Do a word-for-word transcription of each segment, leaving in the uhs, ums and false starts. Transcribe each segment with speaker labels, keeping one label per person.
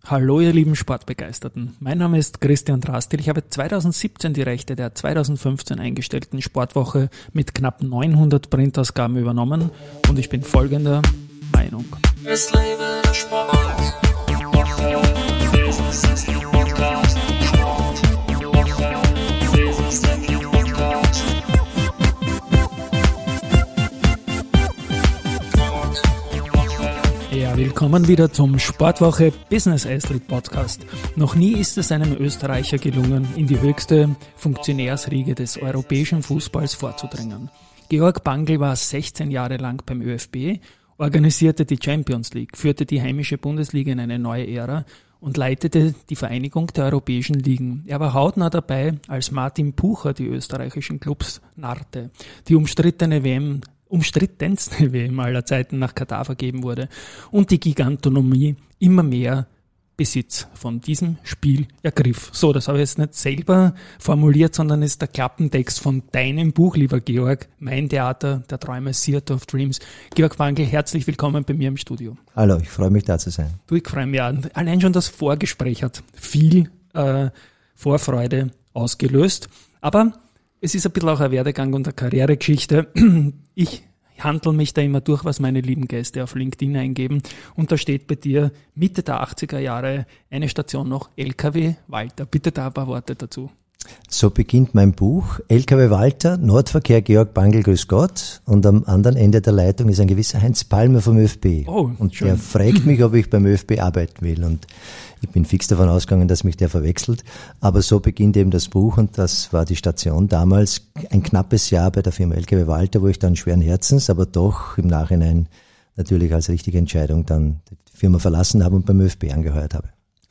Speaker 1: Hallo ihr lieben Sportbegeisterten, mein Name ist Christian Drastil. Ich habe zweitausendsiebzehn die Rechte der zweitausendfünfzehn eingestellten Sportwoche mit knapp neunhundert Printausgaben übernommen und ich bin folgender Meinung. Es lebe der Sport. Business ist der Podcast. Sportwoche. Business ist der Podcast. Ja, willkommen wieder zum Sportwoche Business Athlete Podcast. Noch nie ist es einem Österreicher gelungen, in die höchste Funktionärsriege des europäischen Fußballs vorzudringen. Georg Bangl war sechzehn Jahre lang beim ÖFB, organisierte die Champions League, führte die heimische Bundesliga in eine neue Ära und leitete die Vereinigung der europäischen Ligen. Er war hautnah dabei, als Martin Pucher die österreichischen Clubs narrte. Die umstrittene W M umstrittenste W M aller Zeiten nach Katar vergeben wurde und die Gigantonomie immer mehr Besitz von diesem Spiel ergriff. So, das habe ich jetzt nicht selber formuliert, sondern ist der Klappentext von deinem Buch, lieber Georg, Mein Theater der Träume, Theater of Dreams. Georg Bangl, herzlich willkommen bei mir im Studio.
Speaker 2: Hallo, ich freue mich da zu sein.
Speaker 1: Du, ich freue mich auch. Allein schon das Vorgespräch hat viel äh, Vorfreude ausgelöst, aber es ist ein bisschen auch ein Werdegang und eine Karrieregeschichte. Ich handle mich da immer durch, was meine lieben Gäste auf LinkedIn eingeben. Und da steht bei dir Mitte der achtziger Jahre eine Station noch, L K W Walter. Bitte da ein paar Worte dazu.
Speaker 2: So beginnt mein Buch. L K W Walter, Nordverkehr Georg Bangl, grüß Gott. Und am anderen Ende der Leitung ist ein gewisser Heinz Palmer vom ÖFB.
Speaker 1: Oh,
Speaker 2: und
Speaker 1: schön.
Speaker 2: Der fragt mich, ob ich beim ÖFB arbeiten will. Und ich bin fix davon ausgegangen, dass mich der verwechselt. Aber so beginnt eben das Buch und das war die Station damals. Ein knappes Jahr bei der Firma L K W Walter, wo ich dann schweren Herzens, aber doch im Nachhinein natürlich als richtige Entscheidung dann die Firma verlassen habe und beim ÖFB angeheuert habe.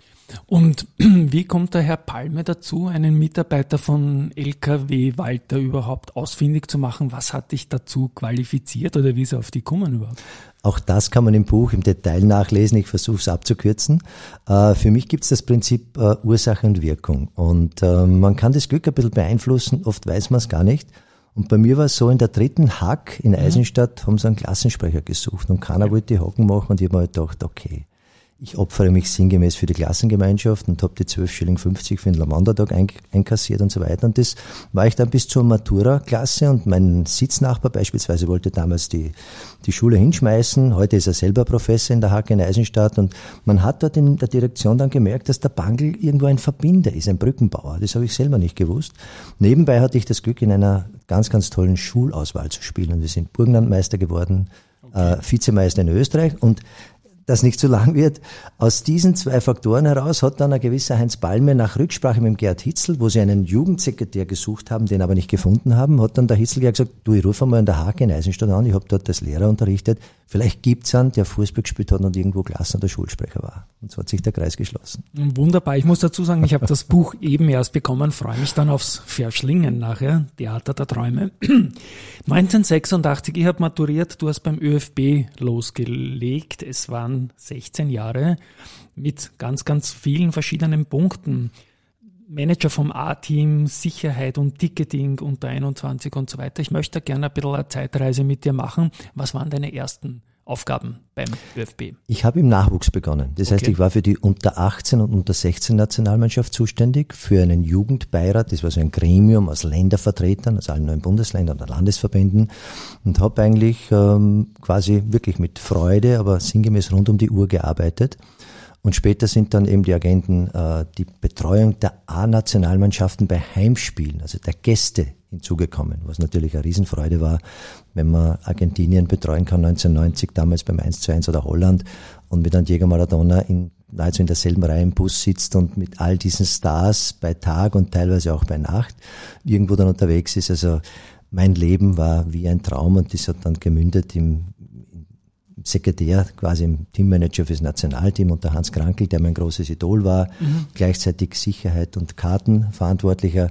Speaker 1: Und wie kommt der Herr Palme dazu, einen Mitarbeiter von L K W Walter überhaupt ausfindig zu machen? Was hat dich dazu qualifiziert oder wie ist er auf die gekommen überhaupt?
Speaker 2: Auch das kann man im Buch im Detail nachlesen. Ich versuche es abzukürzen. Äh, für mich gibt es das Prinzip äh, Ursache und Wirkung. Und äh, man kann das Glück ein bisschen beeinflussen, oft weiß man es gar nicht. Und bei mir war es so, in der dritten Hack in Eisenstadt haben sie einen Klassensprecher gesucht und keiner wollte die Hocken machen und ich habe mir gedacht, okay, ich opfere mich sinngemäß für die Klassengemeinschaft und habe die zwölf Schilling fünfzig für den Lamandertag einkassiert und so weiter. Und das war ich dann bis zur Matura-Klasse und mein Sitznachbar beispielsweise wollte damals die, die Schule hinschmeißen. Heute ist er selber Professor in der Hack in Eisenstadt und man hat dort in der Direktion dann gemerkt, dass der Bangl irgendwo ein Verbinder ist, ein Brückenbauer. Das habe ich selber nicht gewusst. Nebenbei hatte ich das Glück, in einer ganz, ganz tollen Schulauswahl zu spielen und wir sind Burgenlandmeister geworden, okay. äh, Vizemeister in Österreich und das nicht zu lang wird. Aus diesen zwei Faktoren heraus hat dann ein gewisser Heinz Palme nach Rücksprache mit dem Gerd Hitzl, wo sie einen Jugendsekretär gesucht haben, den aber nicht gefunden haben, hat dann der Hitzl gesagt, du, ich rufe mal in der Hake in Eisenstadt an, ich habe dort als Lehrer unterrichtet, vielleicht gibt's einen, der Fußball gespielt hat und irgendwo Klassen- oder Schulsprecher war. Und so hat sich der Kreis geschlossen.
Speaker 1: Wunderbar. Ich muss dazu sagen, ich habe das Buch eben erst bekommen, freue mich dann aufs Verschlingen nachher, Theater der Träume. neunzehnhundertsechsundachtzig, ich habe maturiert, du hast beim ÖFB losgelegt. Es waren sechzehn Jahre mit ganz, ganz vielen verschiedenen Punkten. Manager vom A-Team, Sicherheit und Ticketing unter einundzwanzig und so weiter. Ich möchte gerne ein bisschen eine Zeitreise mit dir machen. Was waren deine ersten Aufgaben beim ÖFB?
Speaker 2: Ich habe im Nachwuchs begonnen. Das okay. heißt, ich war für die unter achtzehn und unter sechzehn Nationalmannschaft zuständig, für einen Jugendbeirat, das war so ein Gremium aus Ländervertretern, aus allen neuen Bundesländern oder Landesverbänden und habe eigentlich ähm, quasi wirklich mit Freude, aber sinngemäß rund um die Uhr gearbeitet. Und später sind dann eben die Agenten äh, die Betreuung der A-Nationalmannschaften bei Heimspielen, also der Gäste, hinzugekommen, was natürlich eine Riesenfreude war, wenn man Argentinien betreuen kann, neunzehnhundertneunzig, damals beim eins zu eins oder Holland und mit einem Diego Maradona in, nahezu in derselben Reihe im Bus sitzt und mit all diesen Stars bei Tag und teilweise auch bei Nacht irgendwo dann unterwegs ist. Also mein Leben war wie ein Traum und das hat dann gemündet im Sekretär, quasi im Teammanager fürs Nationalteam unter Hans Krankl, der mein großes Idol war, mhm. gleichzeitig Sicherheit und Kartenverantwortlicher.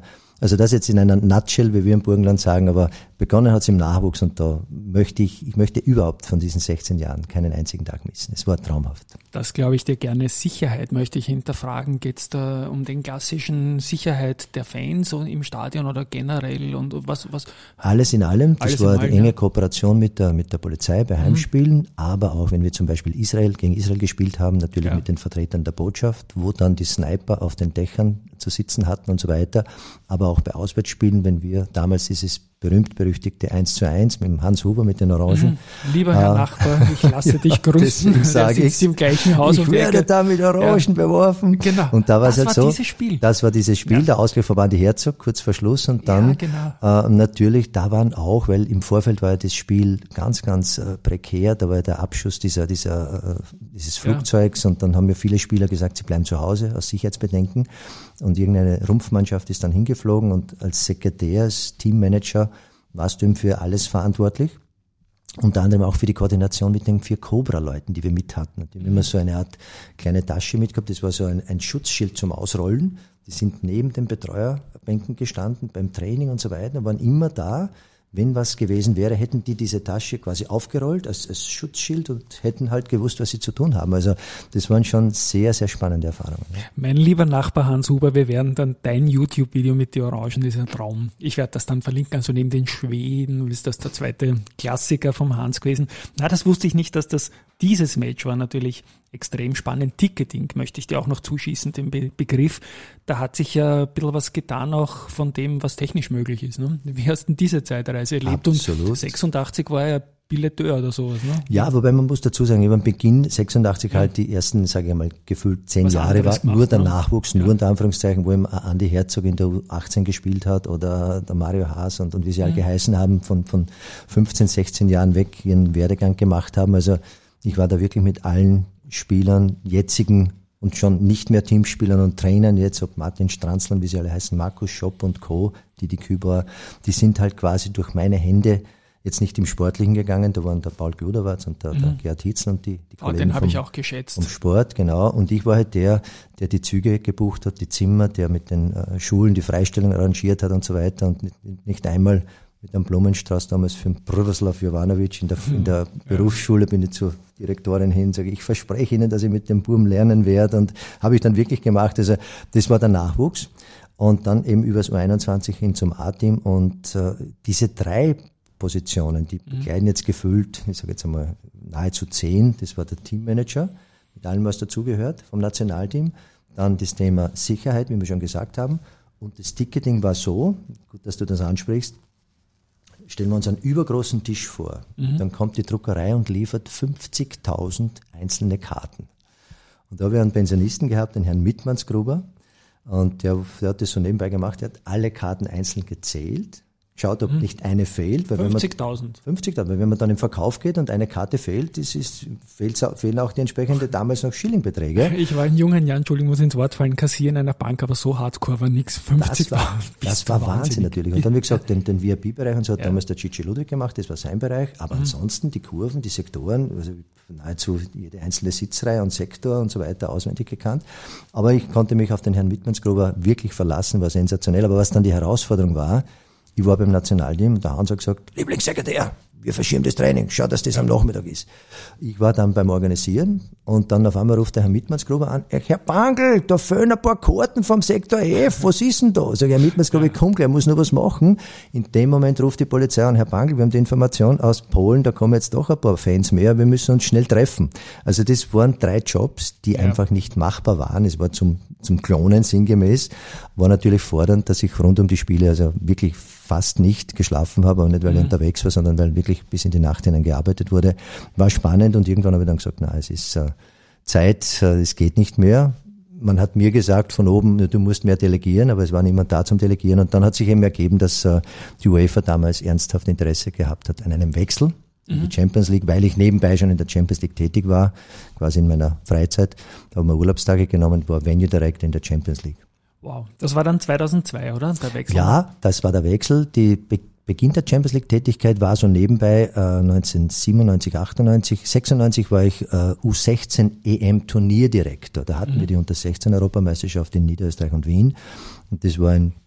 Speaker 2: Also das jetzt in einer Nutshell, wie wir im Burgenland sagen, aber begonnen hat es im Nachwuchs und da möchte ich, ich möchte überhaupt von diesen sechzehn Jahren keinen einzigen Tag missen. Es war traumhaft.
Speaker 1: Das glaube ich dir gerne. Sicherheit möchte ich hinterfragen. Geht es da um den klassischen Sicherheit der Fans im Stadion oder generell und was? was?
Speaker 2: Alles in allem. Das
Speaker 1: Alles
Speaker 2: war
Speaker 1: allem,
Speaker 2: die enge
Speaker 1: ja.
Speaker 2: Kooperation mit der, mit der Polizei bei Heimspielen, mhm. aber auch wenn wir zum Beispiel Israel gegen Israel gespielt haben, natürlich ja. mit den Vertretern der Botschaft, wo dann die Sniper auf den Dächern zu sitzen hatten und so weiter, aber auch bei Auswärtsspielen, wenn wir damals dieses berühmt-berüchtigte eins zu eins mit dem Hans Huber, mit den Orangen.
Speaker 1: Mhm. Lieber Herr äh, Nachbar, ich lasse dich grüßen.
Speaker 2: Deswegen sage ich,
Speaker 1: im gleichen Haus
Speaker 2: ich werde Ecke. da mit Orangen ja. beworfen.
Speaker 1: Genau.
Speaker 2: Und da war es halt
Speaker 1: war
Speaker 2: so,
Speaker 1: dieses Spiel.
Speaker 2: das war dieses Spiel, ja. der Ausgleich von Andi Herzog, kurz vor Schluss. Und dann
Speaker 1: ja, genau.
Speaker 2: äh, natürlich, da waren auch, weil im Vorfeld war ja das Spiel ganz, ganz äh, prekär, da war ja der Abschuss dieser, dieser, äh, dieses Flugzeugs ja. und dann haben mir viele Spieler gesagt, sie bleiben zu Hause aus Sicherheitsbedenken. Und irgendeine Rumpfmannschaft ist dann hingeflogen und als Sekretär, als Teammanager warst du eben für alles verantwortlich. Unter anderem auch für die Koordination mit den vier Cobra-Leuten, die wir mit hatten. Die haben immer so eine Art kleine Tasche mitgehabt. Das war so ein, ein Schutzschild zum Ausrollen. Die sind neben den Betreuerbänken gestanden beim Training und so weiter und waren immer da. Wenn was gewesen wäre, hätten die diese Tasche quasi aufgerollt als, als Schutzschild und hätten halt gewusst, was sie zu tun haben. Also das waren schon sehr, sehr spannende Erfahrungen. Ja.
Speaker 1: Mein lieber Nachbar Hans Huber, wir werden dann dein YouTube-Video mit den Orangen, das ist ein Traum. Ich werde das dann verlinken, also neben den Schweden ist das der zweite Klassiker vom Hans gewesen. Na, das wusste ich nicht, dass das dieses Match war natürlich extrem spannend. Ticketing möchte ich dir auch noch zuschießen, den Be- Begriff. Da hat sich ja ein bisschen was getan auch von dem, was technisch möglich ist. Ne? Wie hast du diese Zeitreise erlebt?
Speaker 2: Absolut.
Speaker 1: Und sechsundachtzig war ja Billeteur oder sowas. Ne?
Speaker 2: Ja, wobei man muss dazu sagen, über den Beginn sechsundachtzig ja. halt die ersten, sage ich mal, gefühlt zehn was Jahre war gemacht, nur der ne? Nachwuchs, nur ja. unter Anführungszeichen, wo eben Andi Herzog in der U achtzehn gespielt hat oder der Mario Haas und, und wie sie mhm. alle geheißen haben, von, von fünfzehn, sechzehn Jahren weg ihren Werdegang gemacht haben. Also ich war da wirklich mit allen Spielern, jetzigen und schon nicht mehr Teamspielern und Trainern, jetzt ob Martin Stranzl, wie sie alle heißen, Markus Schopp und Co., die die Kübauer, die sind halt quasi durch meine Hände jetzt nicht im Sportlichen gegangen, da waren der Paul Gluderwatz und der, mhm. der Gerhard Hitzl und die, die
Speaker 1: oh,
Speaker 2: Kollegen
Speaker 1: den habe ich
Speaker 2: vom,
Speaker 1: auch geschätzt.
Speaker 2: vom Sport, genau. Und ich war halt der, der die Züge gebucht hat, die Zimmer, der mit den äh, Schulen die Freistellung arrangiert hat und so weiter und nicht, nicht einmal mit einem Blumenstrauß damals für den Prvoslav Jovanovic in der, in der ja. Berufsschule bin ich zur Direktorin hin, sage ich, ich verspreche Ihnen, dass ich mit dem Buben lernen werde und habe ich dann wirklich gemacht. Also das war der Nachwuchs und dann eben übers U einundzwanzig hin zum A-Team und äh, diese drei Positionen, die begleiten jetzt gefüllt, ich sage jetzt einmal nahezu zehn, das war der Teammanager mit allem, was dazugehört vom Nationalteam, dann das Thema Sicherheit, wie wir schon gesagt haben und das Ticketing war so, gut, dass du das ansprichst, stellen wir uns einen übergroßen Tisch vor. Mhm. Dann kommt die Druckerei und liefert fünfzigtausend einzelne Karten. Und da haben wir einen Pensionisten gehabt, den Herrn Mittmannsgruber. Und der, der hat das so nebenbei gemacht, der hat alle Karten einzeln gezählt. Schaut, ob mhm. nicht eine fehlt.
Speaker 1: fünfzigtausend.
Speaker 2: fünfzigtausend, weil wenn man dann im Verkauf geht und eine Karte fehlt, das ist, fehlt, fehlen auch die entsprechenden damals noch Schillingbeträge.
Speaker 1: Ich war in jungen Jahren, Entschuldigung, muss ins Wort fallen, Kassier in einer Bank, aber so hardcore war nichts. fünfzig
Speaker 2: Das war, das war Wahnsinn natürlich. Und dann, wie gesagt, den, den V I P-Bereich und so hat ja. damals der Gigi Ludwig gemacht, das war sein Bereich. Aber mhm. ansonsten die Kurven, die Sektoren, also nahezu jede einzelne Sitzreihe und Sektor und so weiter auswendig gekannt. Aber ich konnte mich auf den Herrn Mittmannsgruber wirklich verlassen, war sensationell. Aber was dann die Herausforderung war, ich war beim Nationalteam und der Hans hat gesagt, Lieblingssekretär, wir verschieben das Training, schau, dass das am Nachmittag ist. Ich war dann beim Organisieren und dann auf einmal ruft der Herr Mittmannsgruber an, Herr Bangl, da fehlen ein paar Karten vom Sektor F, was ist denn da? Sag ich, Herr Mittmannsgruber, ich komm gleich, muss nur was machen. In dem Moment ruft die Polizei an, Herr Bangl, wir haben die Information aus Polen, da kommen jetzt doch ein paar Fans mehr, wir müssen uns schnell treffen. Also das waren drei Jobs, die ja. einfach nicht machbar waren. Es war zum, zum Klonen sinngemäß, war natürlich fordernd, dass ich rund um die Spiele also wirklich fast nicht geschlafen habe, aber nicht, weil mhm. ich unterwegs war, sondern weil wirklich bis in die Nacht hinein gearbeitet wurde. War spannend und irgendwann habe ich dann gesagt, na, es ist äh, Zeit, äh, es geht nicht mehr. Man hat mir gesagt von oben, du musst mehr delegieren, aber es war niemand da zum Delegieren und dann hat sich eben ergeben, dass äh, die UEFA damals ernsthaft Interesse gehabt hat an einem Wechsel in mhm. die Champions League, weil ich nebenbei schon in der Champions League tätig war, quasi in meiner Freizeit. Da haben wir Urlaubstage genommen, war Venue Director in der Champions League.
Speaker 1: Wow, das war dann zweitausendzwei, oder? Der Wechsel?
Speaker 2: Ja, das war der Wechsel. Die Be- Beginn der Champions League Tätigkeit war so nebenbei äh, neunzehnhundertsiebenundneunzig, achtundneunzig, sechsundneunzig war ich äh, U sechzehn E M Turnierdirektor. Da hatten mhm. wir die Unter sechzehn Europameisterschaft in Niederösterreich und Wien. Und das war ein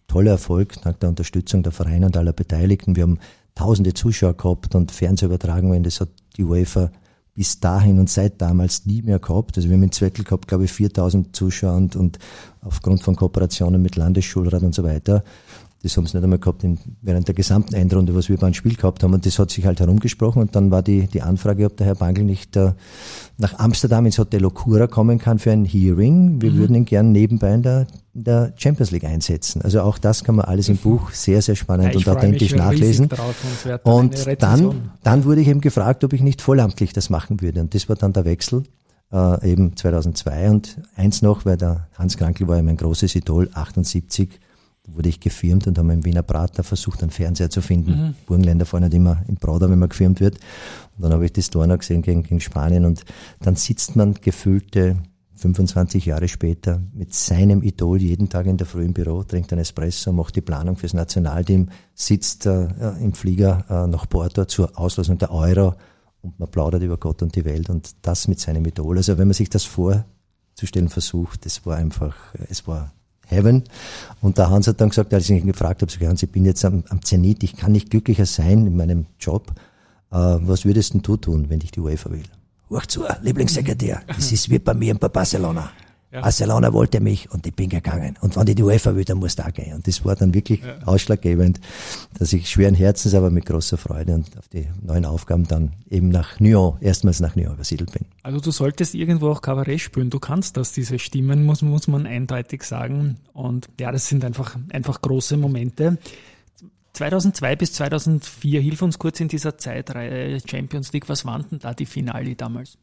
Speaker 2: toller Erfolg, dank der Unterstützung der Vereine und aller Beteiligten. Wir haben tausende Zuschauer gehabt und Fernsehübertragungen, das hat die UEFA bis dahin und seit damals nie mehr gehabt. Also wir haben in Zwettl gehabt, glaube ich, viertausend Zuschauer und, und aufgrund von Kooperationen mit Landesschulrat und so weiter. Das haben sie nicht einmal gehabt in, während der gesamten Endrunde, was wir beim Spiel gehabt haben. Und das hat sich halt herumgesprochen. Und dann war die, die Anfrage, ob der Herr Bangl nicht äh, nach Amsterdam ins Hotel Okura kommen kann für ein Hearing. Wir mhm. würden ihn gern nebenbei in der, in der Champions League einsetzen. Also auch das kann man alles im Buch sehr, sehr spannend ja, und authentisch nachlesen. Und, und dann, dann wurde ich eben gefragt, ob ich nicht vollamtlich das machen würde. Und das war dann der Wechsel. Äh, eben zweitausendzwei und eins noch, weil der Hans Krankl war ja mein großes Idol, achtundsiebzig. Wurde ich gefilmt und haben im Wiener Prater versucht, einen Fernseher zu finden. Mhm. Burgenländer fahren nicht immer im Prater, wenn man gefilmt wird. Und dann habe ich das Tor noch gesehen gegen, gegen Spanien und dann sitzt man gefühlte fünfundzwanzig Jahre später mit seinem Idol jeden Tag in der Früh im Büro, trinkt einen Espresso, macht die Planung fürs Nationalteam, sitzt äh, im Flieger äh, nach Porto zur Auslosung der Euro und man plaudert über Gott und die Welt und das mit seinem Idol. Also wenn man sich das vorzustellen versucht, das war einfach, es war Heaven. Und der Hans hat dann gesagt, als ich ihn gefragt habe, so, Hans, ich bin jetzt am, am Zenit, ich kann nicht glücklicher sein in meinem Job. Äh, was würdest denn du tun, wenn dich die UEFA will? Hoch zu, Lieblingssekretär, das ist wie bei mir in Barcelona. Ja. Barcelona wollte mich und ich bin gegangen. Und wenn die die UEFA will, dann muss da gehen. Und das war dann wirklich ja. ausschlaggebend, dass ich schweren Herzens, aber mit großer Freude und auf die neuen Aufgaben dann eben nach Nyon, erstmals nach Nyon übersiedelt bin.
Speaker 1: Also du solltest irgendwo auch Kabarett spielen. Du kannst das, diese Stimmen, muss, muss man eindeutig sagen. Und ja, das sind einfach, einfach große Momente. zweitausendzwei bis zweitausendvier, hilf uns kurz in dieser Zeitreihe Champions League. Was waren denn da die Finale damals?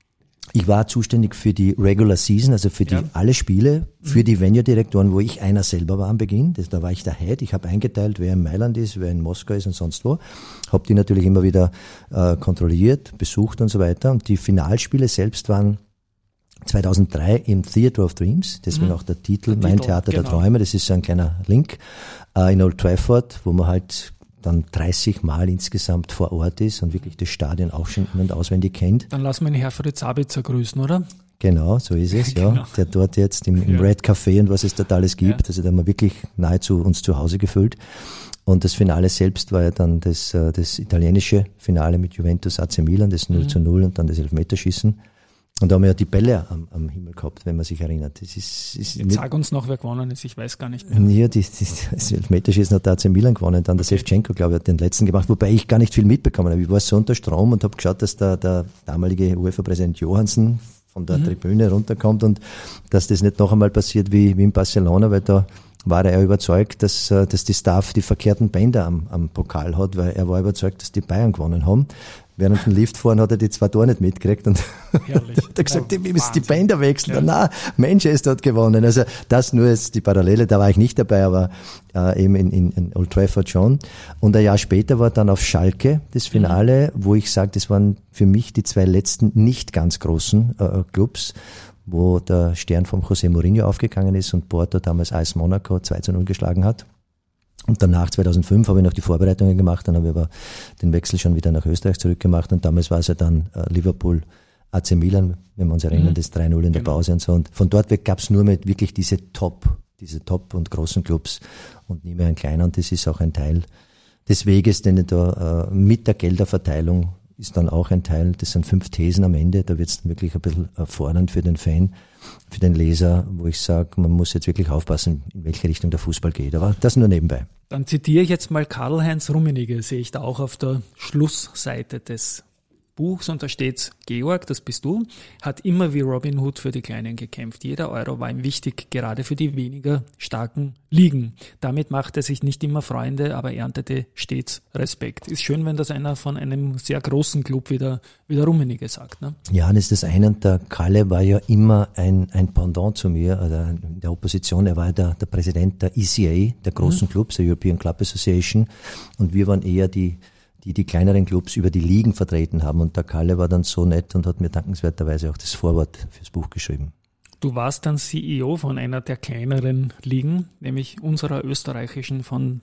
Speaker 2: Ich war zuständig für die Regular Season, also für die ja. alle Spiele, für mhm. die Venue-Direktoren, wo ich einer selber war am Beginn. Das, da war ich der Head. Ich habe eingeteilt, wer in Mailand ist, wer in Moskau ist und sonst wo. Habe die natürlich immer wieder äh, kontrolliert, besucht und so weiter. Und die Finalspiele selbst waren zweitausenddrei im Theatre of Dreams, deswegen mhm. auch der Titel, der Mein Titel, Theater genau. der Träume. Das ist so ein kleiner Link äh, in Old Trafford, wo man halt dann dreißig Mal insgesamt vor Ort ist und wirklich das Stadion auch schon in- und auswendig kennt.
Speaker 1: Dann lassen wir den Herr Fritz Sabitzer grüßen, oder?
Speaker 2: Genau, so ist es, ja. Genau. Der dort jetzt im, im ja. Red Café und was es dort alles gibt, ja. also da haben wir wirklich nahezu uns zu Hause gefühlt. Und das Finale selbst war ja dann das, das italienische Finale mit Juventus A C Milan, das null zu null und dann das Elfmeterschießen. Und da haben wir ja die Bälle am, am Himmel gehabt, wenn man sich erinnert. Das ist, ist
Speaker 1: Jetzt sag uns noch, wer gewonnen ist, ich weiß gar nicht mehr.
Speaker 2: Ja, die, die, das Elfmeterschießen hat der A C Milan gewonnen, dann der okay. Ševčenko, glaube ich, hat den letzten gemacht, wobei ich gar nicht viel mitbekommen habe. Ich war so unter Strom und habe geschaut, dass der, der damalige UEFA-Präsident Johansson von der mhm. Tribüne runterkommt und dass das nicht noch einmal passiert wie, wie in Barcelona, weil da war er überzeugt, dass, dass die Staff die verkehrten Bänder am, am Pokal hat, weil er war überzeugt, dass die Bayern gewonnen haben. Während dem Liftfahren hat er die zwei Tore nicht mitgekriegt und Herrlich. hat er gesagt, ja, wir müssen die Bänder wechseln. Ja. Na, Manchester hat gewonnen. Also das nur ist die Parallele, da war ich nicht dabei, aber äh, eben in, in, in Old Trafford schon. Und ein Jahr später war dann auf Schalke das Finale, mhm. wo ich sage, das waren für mich die zwei letzten nicht ganz großen äh, Clubs, wo der Stern vom José Mourinho aufgegangen ist und Porto damals A S Monaco zwei zu null geschlagen hat. Und danach, zweitausendfünf, habe ich noch die Vorbereitungen gemacht, dann habe ich aber den Wechsel schon wieder nach Österreich zurückgemacht und damals war es ja dann äh, Liverpool, A C Milan, wenn wir uns erinnern, mhm. das drei null in der genau. Pause und so. Und von dort weg gab es nur mit wirklich diese Top, diese Top und großen Clubs und nie mehr ein kleiner. Und das ist auch ein Teil des Weges, den ich da äh, mit der Gelderverteilung ist dann auch ein Teil, das sind fünf Thesen am Ende, da wird es dann wirklich ein bisschen fordernd für den Fan, für den Leser, wo ich sage, man muss jetzt wirklich aufpassen, in welche Richtung der Fußball geht, aber das nur nebenbei.
Speaker 1: Dann zitiere ich jetzt mal Karl-Heinz Rummenigge, sehe ich da auch auf der Schlussseite des Buchs und da steht's: Georg, das bist du, hat immer wie Robin Hood für die Kleinen gekämpft. Jeder Euro war ihm wichtig, gerade für die weniger starken Ligen. Damit machte er sich nicht immer Freunde, aber erntete stets Respekt. Ist schön, wenn das einer von einem sehr großen Club wie der, wie der Rummenigge sagt, ne?
Speaker 2: Ja, das ist das eine. Und der Kalle war ja immer ein, ein Pendant zu mir, also in der Opposition. Er war ja der, der Präsident der E C A, der großen mhm. Clubs, der European Club Association. Und wir waren eher die die die kleineren Clubs über die Ligen vertreten haben. Und der Kalle war dann so nett und hat mir dankenswerterweise auch das Vorwort fürs Buch geschrieben.
Speaker 1: Du warst dann C E O von einer der kleineren Ligen, nämlich unserer österreichischen von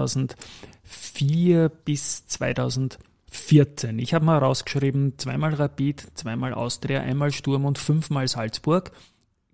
Speaker 1: zweitausendvier bis zweitausendvierzehn. Ich habe mal rausgeschrieben, zweimal Rapid, zweimal Austria, einmal Sturm und fünfmal Salzburg.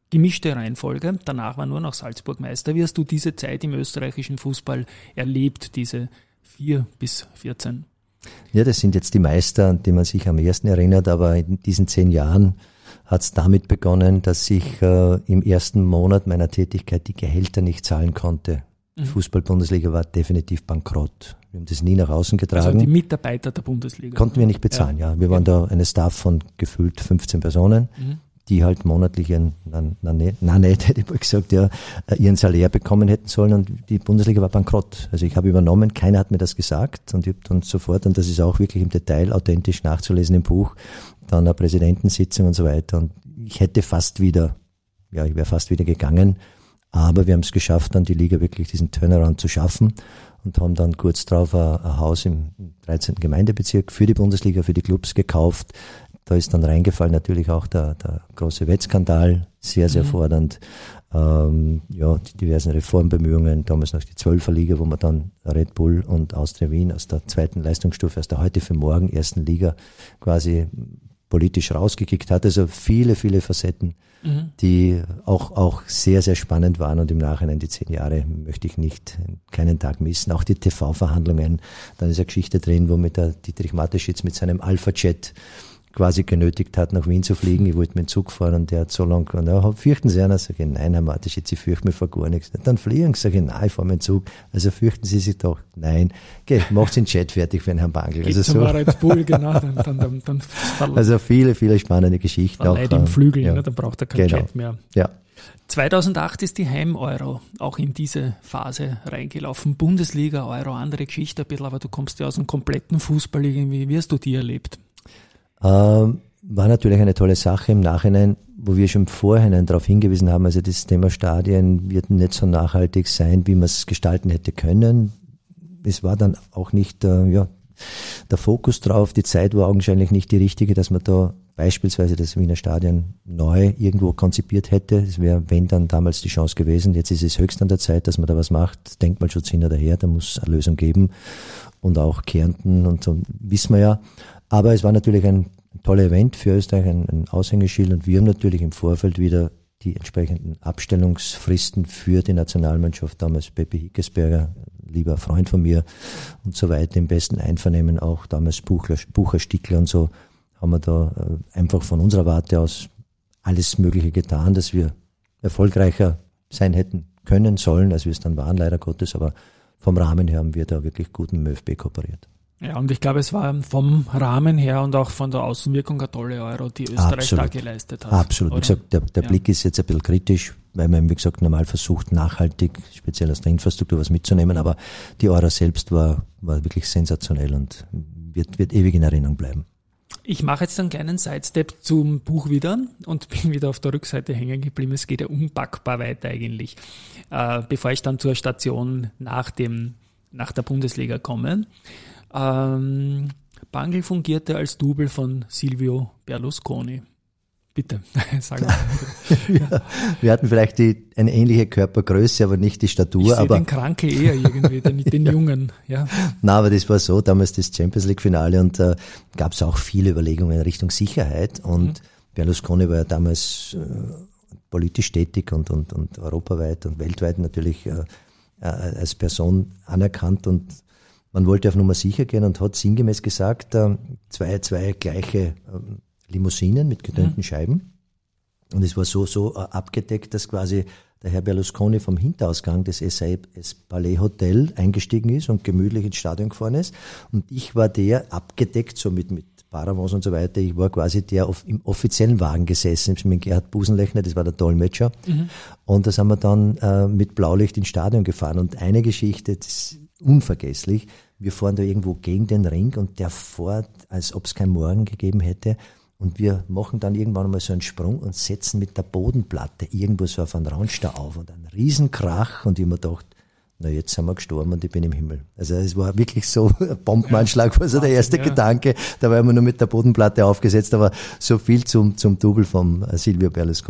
Speaker 1: gemischte Reihenfolge. Danach war nur noch Salzburg Meister. Wie hast du diese Zeit im österreichischen Fußball erlebt, diese vier bis vierzehn?
Speaker 2: Ja, das sind jetzt die Meister, an die man sich am ersten erinnert, aber in diesen zehn Jahren hat es damit begonnen, dass ich äh, im ersten Monat meiner Tätigkeit die Gehälter nicht zahlen konnte. Die mhm. Fußball-Bundesliga war definitiv bankrott. Wir haben das nie nach außen getragen.
Speaker 1: Also die Mitarbeiter der Bundesliga.
Speaker 2: Konnten wir nicht bezahlen, ja. ja. Wir waren da eine Staff von gefühlt fünfzehn Personen, mhm. die halt monatlich ihren, na, na, na nicht, hätte ich mal gesagt, ja, ihren Salär bekommen hätten sollen, und die Bundesliga war bankrott. Also ich habe übernommen, keiner hat mir das gesagt, und ich habe dann sofort, und das ist auch wirklich im Detail authentisch nachzulesen im Buch, dann eine Präsidentensitzung und so weiter, und ich hätte fast wieder, ja, ich wäre fast wieder gegangen, aber wir haben es geschafft, dann die Liga wirklich diesen Turnaround zu schaffen und haben dann kurz darauf ein, ein Haus im dreizehnten Gemeindebezirk für die Bundesliga, für die Clubs gekauft. Da ist dann reingefallen natürlich auch der, der große Wettskandal, sehr, sehr mhm. fordernd. Ähm, ja, die diversen Reformbemühungen, damals noch die Zwölferliga, wo man dann Red Bull und Austria Wien aus der zweiten Leistungsstufe, aus der heute für morgen ersten Liga quasi politisch rausgekickt hat. Also viele, viele Facetten, mhm. die auch, auch sehr, sehr spannend waren, und im Nachhinein die zehn Jahre möchte ich nicht, keinen Tag missen. Auch die T V-Verhandlungen, dann ist eine Geschichte drin, wo mit der Dietrich Mateschitz mit seinem Alpha-Jet quasi genötigt hat, nach Wien zu fliegen. Ich wollte mit dem Zug fahren, und der hat so lange gesagt, ja, fürchten Sie einer? Sag ich, nein, Herr Mateschitz, ich fürchte mich vor gar nichts. Dann fliegen Sie, sag ich, nein, ich fahre mit dem Zug. Also fürchten Sie sich doch? Nein. Geh, macht den Jet fertig für den Herrn Bangl.
Speaker 1: Geht
Speaker 2: also
Speaker 1: so. Red Bull, genau. Dann, dann, dann, dann
Speaker 2: also viele, viele spannende Geschichten.
Speaker 1: Auch im Flügel, ja. ne, dann braucht er keinen
Speaker 2: genau.
Speaker 1: Jet mehr.
Speaker 2: Ja.
Speaker 1: zweitausendacht ist die Heim-Euro auch in diese Phase reingelaufen. Bundesliga, Euro, andere Geschichte ein bisschen, aber du kommst ja aus dem kompletten Fußball irgendwie. Wie hast du die erlebt?
Speaker 2: Ähm, War natürlich eine tolle Sache im Nachhinein, wo wir schon im Vorhinein darauf hingewiesen haben, also das Thema Stadien wird nicht so nachhaltig sein, wie man es gestalten hätte können. Es war dann auch nicht äh, ja, der Fokus drauf, die Zeit war augenscheinlich nicht die richtige, dass man da beispielsweise das Wiener Stadion neu irgendwo konzipiert hätte. Es wäre, wenn, dann damals die Chance gewesen. Jetzt ist es höchst an der Zeit, dass man da was macht. Denkmalschutz hin oder her, da muss es eine Lösung geben. Und auch Kärnten und so, wissen wir ja. Aber es war natürlich ein toller Event für Österreich, ein, ein Aushängeschild, und wir haben natürlich im Vorfeld wieder die entsprechenden Abstellungsfristen für die Nationalmannschaft, damals Pepe Hickesberger, lieber Freund von mir und so weiter, im besten Einvernehmen auch, damals Buchler, Bucher, Stickler und so, haben wir da äh, einfach von unserer Warte aus alles Mögliche getan, dass wir erfolgreicher sein hätten können, sollen, als wir es dann waren, leider Gottes, aber vom Rahmen her haben wir da wirklich gut mit dem ÖFB kooperiert.
Speaker 1: Ja, und ich glaube, es war vom Rahmen her und auch von der Außenwirkung eine tolle Euro, die Österreich
Speaker 2: Absolut.
Speaker 1: da geleistet hat.
Speaker 2: Absolut. Oder? Wie gesagt, der, der ja. Blick ist jetzt ein bisschen kritisch, weil man, wie gesagt, normal versucht, nachhaltig, speziell aus der Infrastruktur, was mitzunehmen, aber die Euro selbst war, war wirklich sensationell und wird, wird ewig in Erinnerung bleiben.
Speaker 1: Ich mache jetzt einen kleinen Sidestep zum Buch wieder und bin wieder auf der Rückseite hängen geblieben. Es geht ja unpackbar weiter eigentlich. Äh, bevor ich dann zur Station nach dem, nach der Bundesliga komme. Ähm, Bangl fungierte als Double von Silvio Berlusconi. Bitte, sag mal.
Speaker 2: ja, wir hatten vielleicht die, eine ähnliche Körpergröße, aber nicht die Statur. Ich
Speaker 1: sehe den Krankel eher irgendwie, den, den Jungen. Ja.
Speaker 2: Na, aber das war so, damals das Champions League Finale, und da äh, gab es auch viele Überlegungen in Richtung Sicherheit, und mhm. Berlusconi war ja damals äh, politisch tätig und, und, und europaweit und weltweit natürlich äh, äh, als Person anerkannt, und man wollte auf Nummer sicher gehen und hat sinngemäß gesagt, äh, zwei, zwei gleiche äh, Limousinen mit getönten mhm. Scheiben. Und es war so, so äh, abgedeckt, dass quasi der Herr Berlusconi vom Hinterausgang des S A S Palais Hotel eingestiegen ist und gemütlich ins Stadion gefahren ist. Und ich war der abgedeckt, so mit, mit Paravents und so weiter. Ich war quasi der auf, im offiziellen Wagen gesessen, mit Gerhard Busenlechner, das war der Dolmetscher. Mhm. Und da sind wir dann äh, mit Blaulicht ins Stadion gefahren. Und eine Geschichte, das ist unvergesslich. Wir fahren da irgendwo gegen den Ring und der fährt, als ob es kein Morgen gegeben hätte. Und wir machen dann irgendwann mal so einen Sprung und setzen mit der Bodenplatte irgendwo so auf einen Ranch da auf und ein Riesenkrach. Und ich hab mir gedacht, na jetzt sind wir gestorben und ich bin im Himmel. Also es war wirklich so ein Bombenanschlag, war so der erste ja. Gedanke. Da war immer nur mit der Bodenplatte aufgesetzt, aber so viel zum, zum Double vom Silvio Berlusconi.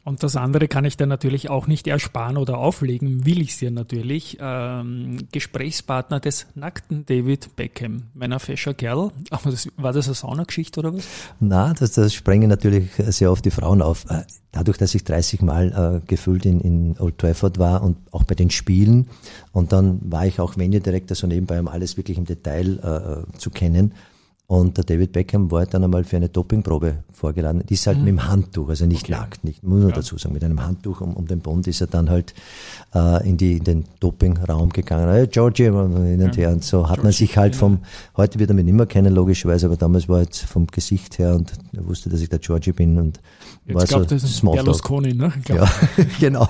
Speaker 1: Und das andere kann ich dir natürlich auch nicht ersparen oder auflegen, will ich es dir natürlich. Ähm, Gesprächspartner des nackten David Beckham, meiner fescher Kerl. Aber das, war das eine Saunageschichte oder was?
Speaker 2: Na, das, das sprengen natürlich sehr oft die Frauen auf. Dadurch, dass ich dreißig Mal äh, gefühlt in, in Old Trafford war und auch bei den Spielen und dann war ich auch Mediendirektor so nebenbei, um alles wirklich im Detail äh, zu kennen. Und der David Beckham war dann einmal für eine Dopingprobe vorgeladen. Die ist halt mhm. mit dem Handtuch, also nicht okay. nackt, nicht, muss man ja. dazu sagen. Mit einem Handtuch um, um den Bund ist er dann halt äh, in, die, in den Dopingraum gegangen. Hey, Georgie, hin und her. Und so hat Georgie, man sich halt vom, heute wird er mich nicht mehr kennen, logischerweise, aber damals war jetzt vom Gesicht her und er wusste, dass ich der Georgie bin und
Speaker 1: jetzt
Speaker 2: war
Speaker 1: glaub,
Speaker 2: so
Speaker 1: das ist Berlusconi, ne?
Speaker 2: Ja, genau.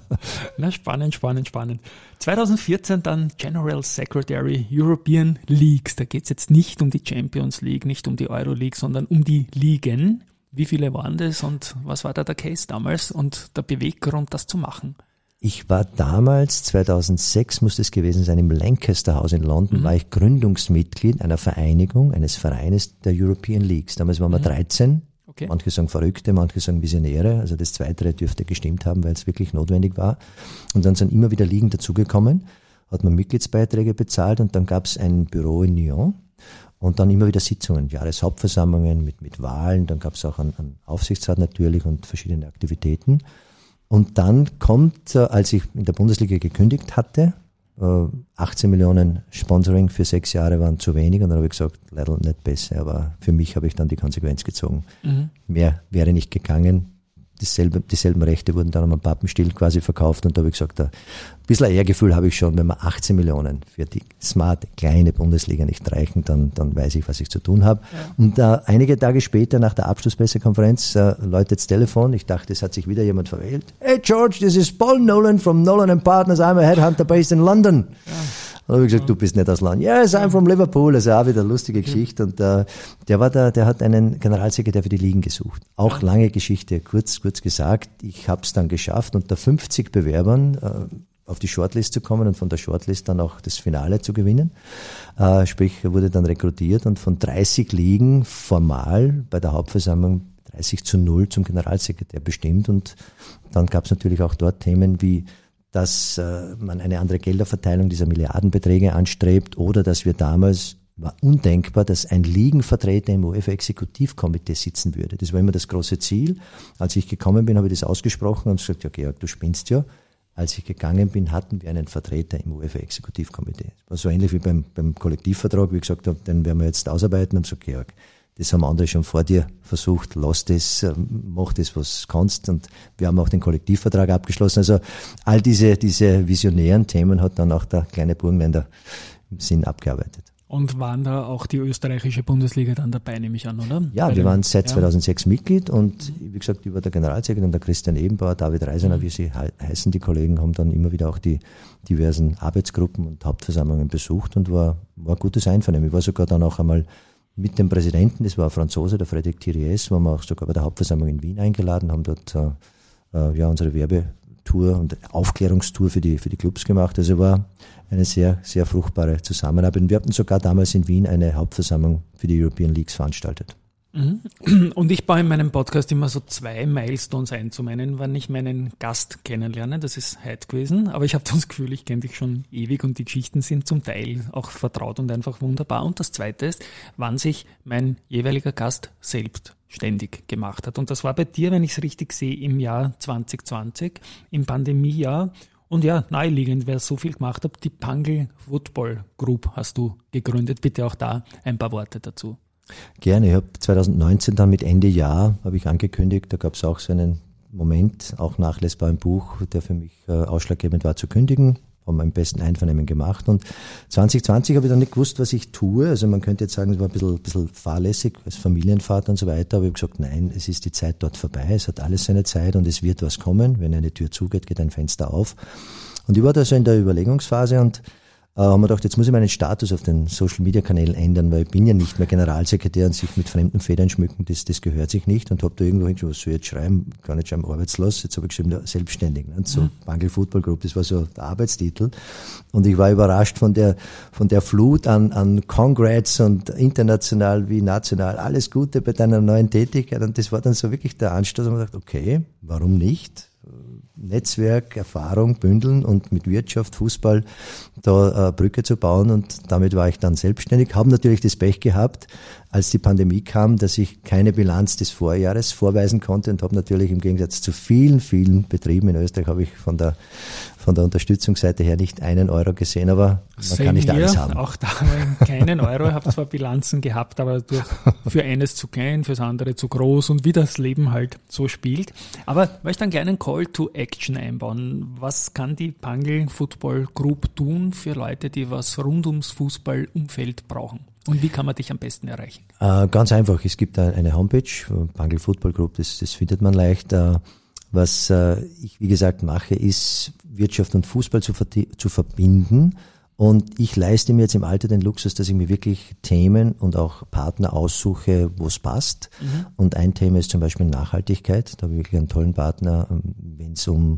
Speaker 1: Na, spannend, spannend, spannend. zwanzig vierzehn dann General Secretary European Leagues. Da geht es jetzt nicht um die Champions League, nicht um die Euro League, sondern um die Ligen. Wie viele waren das und was war da der Case damals und der Beweggrund, das zu machen?
Speaker 2: Ich war damals, zweitausendsechs muss es gewesen sein, im Lancaster House in London, mhm. war ich Gründungsmitglied einer Vereinigung, eines Vereines der European Leagues. Damals waren wir mhm. dreizehn. Okay. Manche sagen Verrückte, manche sagen Visionäre. Also das Zweite dürfte gestimmt haben, weil es wirklich notwendig war. Und dann sind immer wieder Ligen dazugekommen, hat man Mitgliedsbeiträge bezahlt und dann gab es ein Büro in Nyon und dann immer wieder Sitzungen, Jahreshauptversammlungen mit, mit Wahlen. Dann gab es auch einen, einen Aufsichtsrat natürlich und verschiedene Aktivitäten. Und dann kommt, als ich in der Bundesliga gekündigt hatte, achtzehn Millionen Sponsoring für sechs Jahre waren zu wenig und dann habe ich gesagt, leider nicht besser, aber für mich habe ich dann die Konsequenz gezogen. Mhm. Mehr wäre nicht gegangen. Dieselbe, dieselben Rechte wurden dann am Pappenstiel quasi verkauft und da habe ich gesagt, ein bisschen Ehrgefühl habe ich schon, wenn wir achtzehn Millionen für die smart kleine Bundesliga nicht reichen, dann, dann weiß ich, was ich zu tun habe. Ja. Und äh, einige Tage später nach der Abschlusspressekonferenz äh, läutet das Telefon. Ich dachte, es hat sich wieder jemand verwählt. Hey George, this is Paul Nolan from Nolan and Partners. I'm a headhunter based in London. Ja. Dann habe ich gesagt, du bist nicht aus London. Yes, I'm from Liverpool. Also auch wieder eine lustige okay. Geschichte. Und äh, der war da, der hat einen Generalsekretär für die Ligen gesucht. Auch ja. lange Geschichte, kurz, kurz gesagt. Ich habe es dann geschafft, unter fünfzig Bewerbern äh, auf die Shortlist zu kommen und von der Shortlist dann auch das Finale zu gewinnen. Äh, sprich, er wurde dann rekrutiert und von dreißig Ligen formal bei der Hauptversammlung dreißig zu null zum Generalsekretär bestimmt. Und dann gab es natürlich auch dort Themen wie dass äh, man eine andere Gelderverteilung dieser Milliardenbeträge anstrebt oder dass wir damals, war undenkbar, dass ein Ligenvertreter im UEFA-Exekutivkomitee sitzen würde. Das war immer das große Ziel. Als ich gekommen bin, habe ich das ausgesprochen und gesagt, ja Georg, du spinnst ja. Als ich gegangen bin, hatten wir einen Vertreter im UEFA-Exekutivkomitee. Das war so ähnlich wie beim, beim Kollektivvertrag, wie ich gesagt habe, den werden wir jetzt ausarbeiten und gesagt, Georg, das haben andere schon vor dir versucht, lass das, mach das, was kannst. Und wir haben auch den Kollektivvertrag abgeschlossen. Also all diese, diese visionären Themen hat dann auch der kleine Burgenländer im Sinn abgearbeitet.
Speaker 1: Und waren da auch die österreichische Bundesliga dann dabei, nehme ich an, oder?
Speaker 2: Ja, Bei wir dem, waren seit ja. zweitausendsechs Mitglied und wie gesagt, über der Generalsekretär und der Christian Ebenbauer, David Reisener, mhm. wie sie heißen, die Kollegen, haben dann immer wieder auch die diversen Arbeitsgruppen und Hauptversammlungen besucht und war, war gutes Einvernehmen. Ich war sogar dann auch einmal mit dem Präsidenten, das war ein Franzose, der Frédéric Thiriez, waren wir auch sogar bei der Hauptversammlung in Wien eingeladen, haben dort äh, ja unsere Werbetour und Aufklärungstour für die für die Clubs gemacht. Also war eine sehr sehr fruchtbare Zusammenarbeit. Und wir hatten sogar damals in Wien eine Hauptversammlung für die European Leagues veranstaltet.
Speaker 1: Und ich baue in meinem Podcast immer so zwei Milestones ein. Zum einen, wann ich meinen Gast kennenlerne, das ist heute gewesen, aber ich habe das Gefühl, ich kenne dich schon ewig und die Geschichten sind zum Teil auch vertraut und einfach wunderbar. Und das zweite ist, wann sich mein jeweiliger Gast selbstständig gemacht hat. Und das war bei dir, wenn ich es richtig sehe, im Jahr zwanzig zwanzig, im Pandemiejahr. Und ja, naheliegend, wer so viel gemacht hat, die Pangl Football Group hast du gegründet. Bitte auch da ein paar Worte dazu.
Speaker 2: Gerne. Ich habe zweitausendneunzehn dann mit Ende Jahr, habe ich angekündigt, da gab es auch so einen Moment, auch nachlesbar im Buch, der für mich äh, ausschlaggebend war zu kündigen. Haben wir im besten Einvernehmen gemacht. Und zwanzig zwanzig habe ich dann nicht gewusst, was ich tue. Also man könnte jetzt sagen, es war ein bisschen, bisschen fahrlässig als Familienvater und so weiter. Aber ich habe gesagt, nein, es ist die Zeit dort vorbei. Es hat alles seine Zeit und es wird was kommen. Wenn eine Tür zugeht, geht ein Fenster auf. Und ich war da so in der Überlegungsphase und äh, haben wir gedacht, jetzt muss ich meinen Status auf den Social-Media-Kanälen ändern, weil ich bin ja nicht mehr Generalsekretär und sich mit fremden Federn schmücken, das, das gehört sich nicht. Und habe da irgendwo hingeschrieben, was soll ich jetzt schreiben? Gar nicht schreiben, arbeitslos. Jetzt habe ich geschrieben, ja, selbstständig. Ne? So, mhm. Bangl Football Group, das war so der Arbeitstitel. Und ich war überrascht von der, von der Flut an, an Congrats und international wie national, alles Gute bei deiner neuen Tätigkeit. Und das war dann so wirklich der Anstoß, und man dachte, okay, warum nicht? Netzwerk, Erfahrung bündeln und mit Wirtschaft, Fußball da äh, Brücke zu bauen, und damit war ich dann selbstständig. Habe natürlich das Pech gehabt, als die Pandemie kam, dass ich keine Bilanz des Vorjahres vorweisen konnte, und habe natürlich im Gegensatz zu vielen, vielen Betrieben in Österreich habe ich von der von der Unterstützungsseite her nicht einen Euro gesehen, aber man Same kann nicht hier, alles haben.
Speaker 1: Auch da haben wir keinen Euro, habe zwar Bilanzen gehabt, aber durch, für eines zu klein, fürs andere zu groß, und wie das Leben halt so spielt. Aber ich möchte einen kleinen Call to Action einbauen. Was kann die Bangl Football Group tun für Leute, die was rund ums Fußballumfeld brauchen? Und wie kann man dich am besten erreichen? Äh,
Speaker 2: ganz einfach, es gibt eine Homepage, Bangl Football Group, das, das findet man leicht. Äh, Was äh, ich, wie gesagt, mache, ist, Wirtschaft und Fußball zu, zu verbinden. Und ich leiste mir jetzt im Alter den Luxus, dass ich mir wirklich Themen und auch Partner aussuche, wo es passt. Mhm. Und ein Thema ist zum Beispiel Nachhaltigkeit. Da habe ich wirklich einen tollen Partner, wenn es um,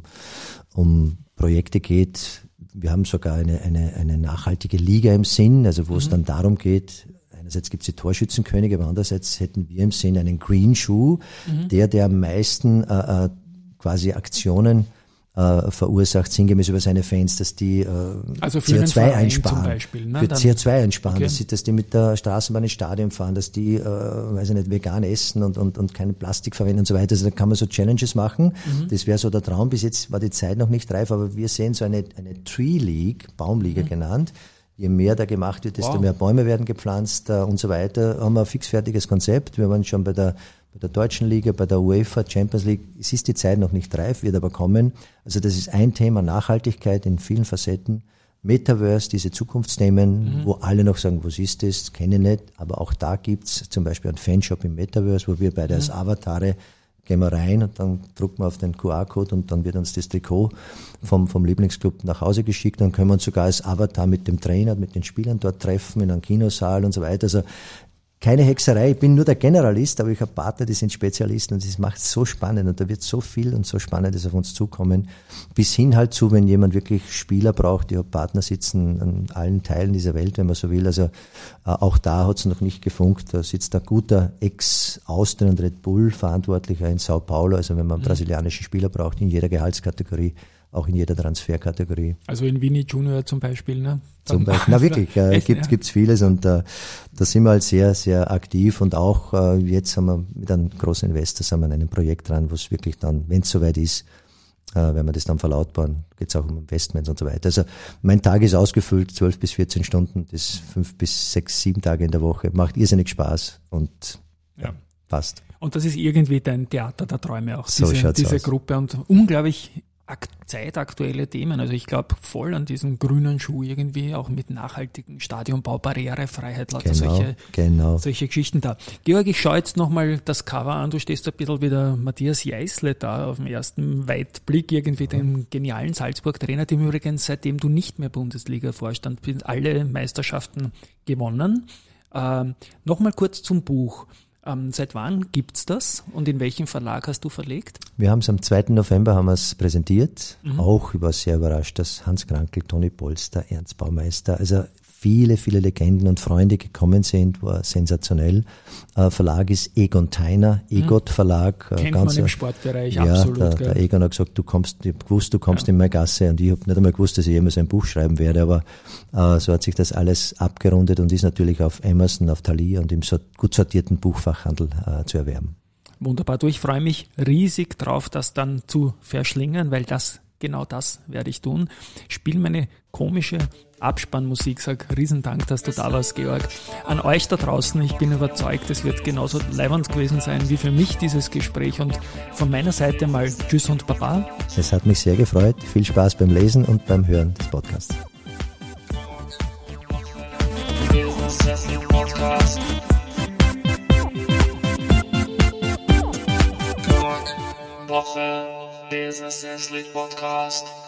Speaker 2: um Projekte geht. Wir haben sogar eine, eine, eine nachhaltige Liga im Sinn, also wo mhm. es dann darum geht, einerseits gibt es die Torschützenkönige, aber andererseits hätten wir im Sinn einen Green Shoe, mhm. der, der am meisten äh, quasi Aktionen äh, verursacht, sinngemäß über seine Fans, dass die äh,
Speaker 1: also für
Speaker 2: C O zwei einsparen.
Speaker 1: Zum Beispiel, ne?
Speaker 2: Für
Speaker 1: Dann,
Speaker 2: C O zwei einsparen,
Speaker 1: okay.
Speaker 2: dass, sie, dass die mit der Straßenbahn ins Stadion fahren, dass die, äh, weiß ich nicht, vegan essen und, und, und kein Plastik verwenden und so weiter. Also da kann man so Challenges machen. Mhm. Das wäre so der Traum. Bis jetzt war die Zeit noch nicht reif, aber wir sehen so eine, eine Tree League, Baumliga mhm. genannt. Je mehr da gemacht wird, desto wow. mehr Bäume werden gepflanzt äh, und so weiter. Haben wir ein fixfertiges Konzept. Wir waren schon bei der bei der Deutschen Liga, bei der UEFA Champions League. Es ist die Zeit noch nicht reif, wird aber kommen. Also das ist ein Thema, Nachhaltigkeit in vielen Facetten. Metaverse, diese Zukunftsthemen, mhm. wo alle noch sagen, was ist das, kenne ich nicht. Aber auch da gibt's zum Beispiel einen Fanshop im Metaverse, wo wir beide mhm. als Avatare gehen wir rein und dann drucken wir auf den Q R-Code und dann wird uns das Trikot vom, vom Lieblingsclub nach Hause geschickt. Dann können wir uns sogar als Avatar mit dem Trainer, mit den Spielern dort treffen, in einem Kinosaal und so weiter. Also keine Hexerei, ich bin nur der Generalist, aber ich habe Partner, die sind Spezialisten, und das macht es so spannend, und da wird so viel und so Spannendes auf uns zukommen, bis hin halt zu, wenn jemand wirklich Spieler braucht, die Partner sitzen an allen Teilen dieser Welt, wenn man so will, also äh, auch da hat es noch nicht gefunkt, da sitzt ein guter Ex-Austrian und Red Bull Verantwortlicher in Sao Paulo, also wenn man einen mhm. brasilianischen Spieler braucht, in jeder Gehaltskategorie, auch in jeder Transferkategorie.
Speaker 1: Also in Vini Junior zum Beispiel, ne?
Speaker 2: Zum Beispiel, na wirklich, äh, gibt ja. gibt's vieles, und äh, da sind wir halt sehr, sehr aktiv, und auch äh, jetzt haben wir mit einem großen Investor sind wir an einem Projekt dran, wo es wirklich dann, wenn es soweit ist, äh, wenn wir das dann verlautbaren, geht es auch um Investments und so weiter. Also mein Tag ist ausgefüllt, zwölf bis vierzehn Stunden, das fünf bis sechs, sieben Tage in der Woche, macht irrsinnig Spaß und ja, passt.
Speaker 1: Und das ist irgendwie dein Theater der Träume auch,
Speaker 2: so
Speaker 1: diese, diese
Speaker 2: aus.
Speaker 1: Gruppe, und unglaublich zeitaktuelle Themen. Also ich glaube voll an diesem grünen Schuh irgendwie, auch mit nachhaltigen Stadionbau, Barrierefreiheit, lauter
Speaker 2: genau,
Speaker 1: solche,
Speaker 2: genau.
Speaker 1: solche Geschichten da. Georg, ich schaue jetzt nochmal das Cover an. Du stehst ein bisschen wie der Matthias Jeißle da auf dem ersten Weitblick, irgendwie den genialen Salzburg-Trainer, dem übrigens, seitdem du nicht mehr Bundesliga-Vorstand bist, alle Meisterschaften gewonnen. Ähm, nochmal kurz zum Buch. Ähm, seit wann gibt's das und in welchem Verlag hast du verlegt?
Speaker 2: Wir haben es am zweiten November haben wir es präsentiert. Mhm. Auch ich war sehr überrascht, dass Hans Krankl, Toni Polster, Ernst Baumeister, also viele, viele Legenden und Freunde gekommen sind, war sensationell. Äh, Verlag ist Egon Theiner, Egot Verlag.
Speaker 1: Kennt
Speaker 2: ganz,
Speaker 1: man im Sportbereich,
Speaker 2: ja,
Speaker 1: absolut.
Speaker 2: Der, der Egon hat gesagt, du kommst, ich hab gewusst, du kommst ja. in meine Gasse, und ich habe nicht einmal gewusst, dass ich jemals ein Buch schreiben werde, aber äh, so hat sich das alles abgerundet und ist natürlich auf Amazon, auf Thalia und im so, gut sortierten Buchfachhandel äh, zu erwerben.
Speaker 1: Wunderbar, du, ich freue mich riesig drauf, das dann zu verschlingen, weil das, genau das werde ich tun. Spiel meine komische Abspannmusik, sag Riesendank, dass du da warst, Georg. An euch da draußen, ich bin überzeugt, es wird genauso leiwand gewesen sein wie für mich dieses Gespräch, und von meiner Seite mal Tschüss und Baba.
Speaker 2: Es hat mich sehr gefreut, viel Spaß beim Lesen und beim Hören des Podcasts.
Speaker 3: Woche, Business Athlete Podcast.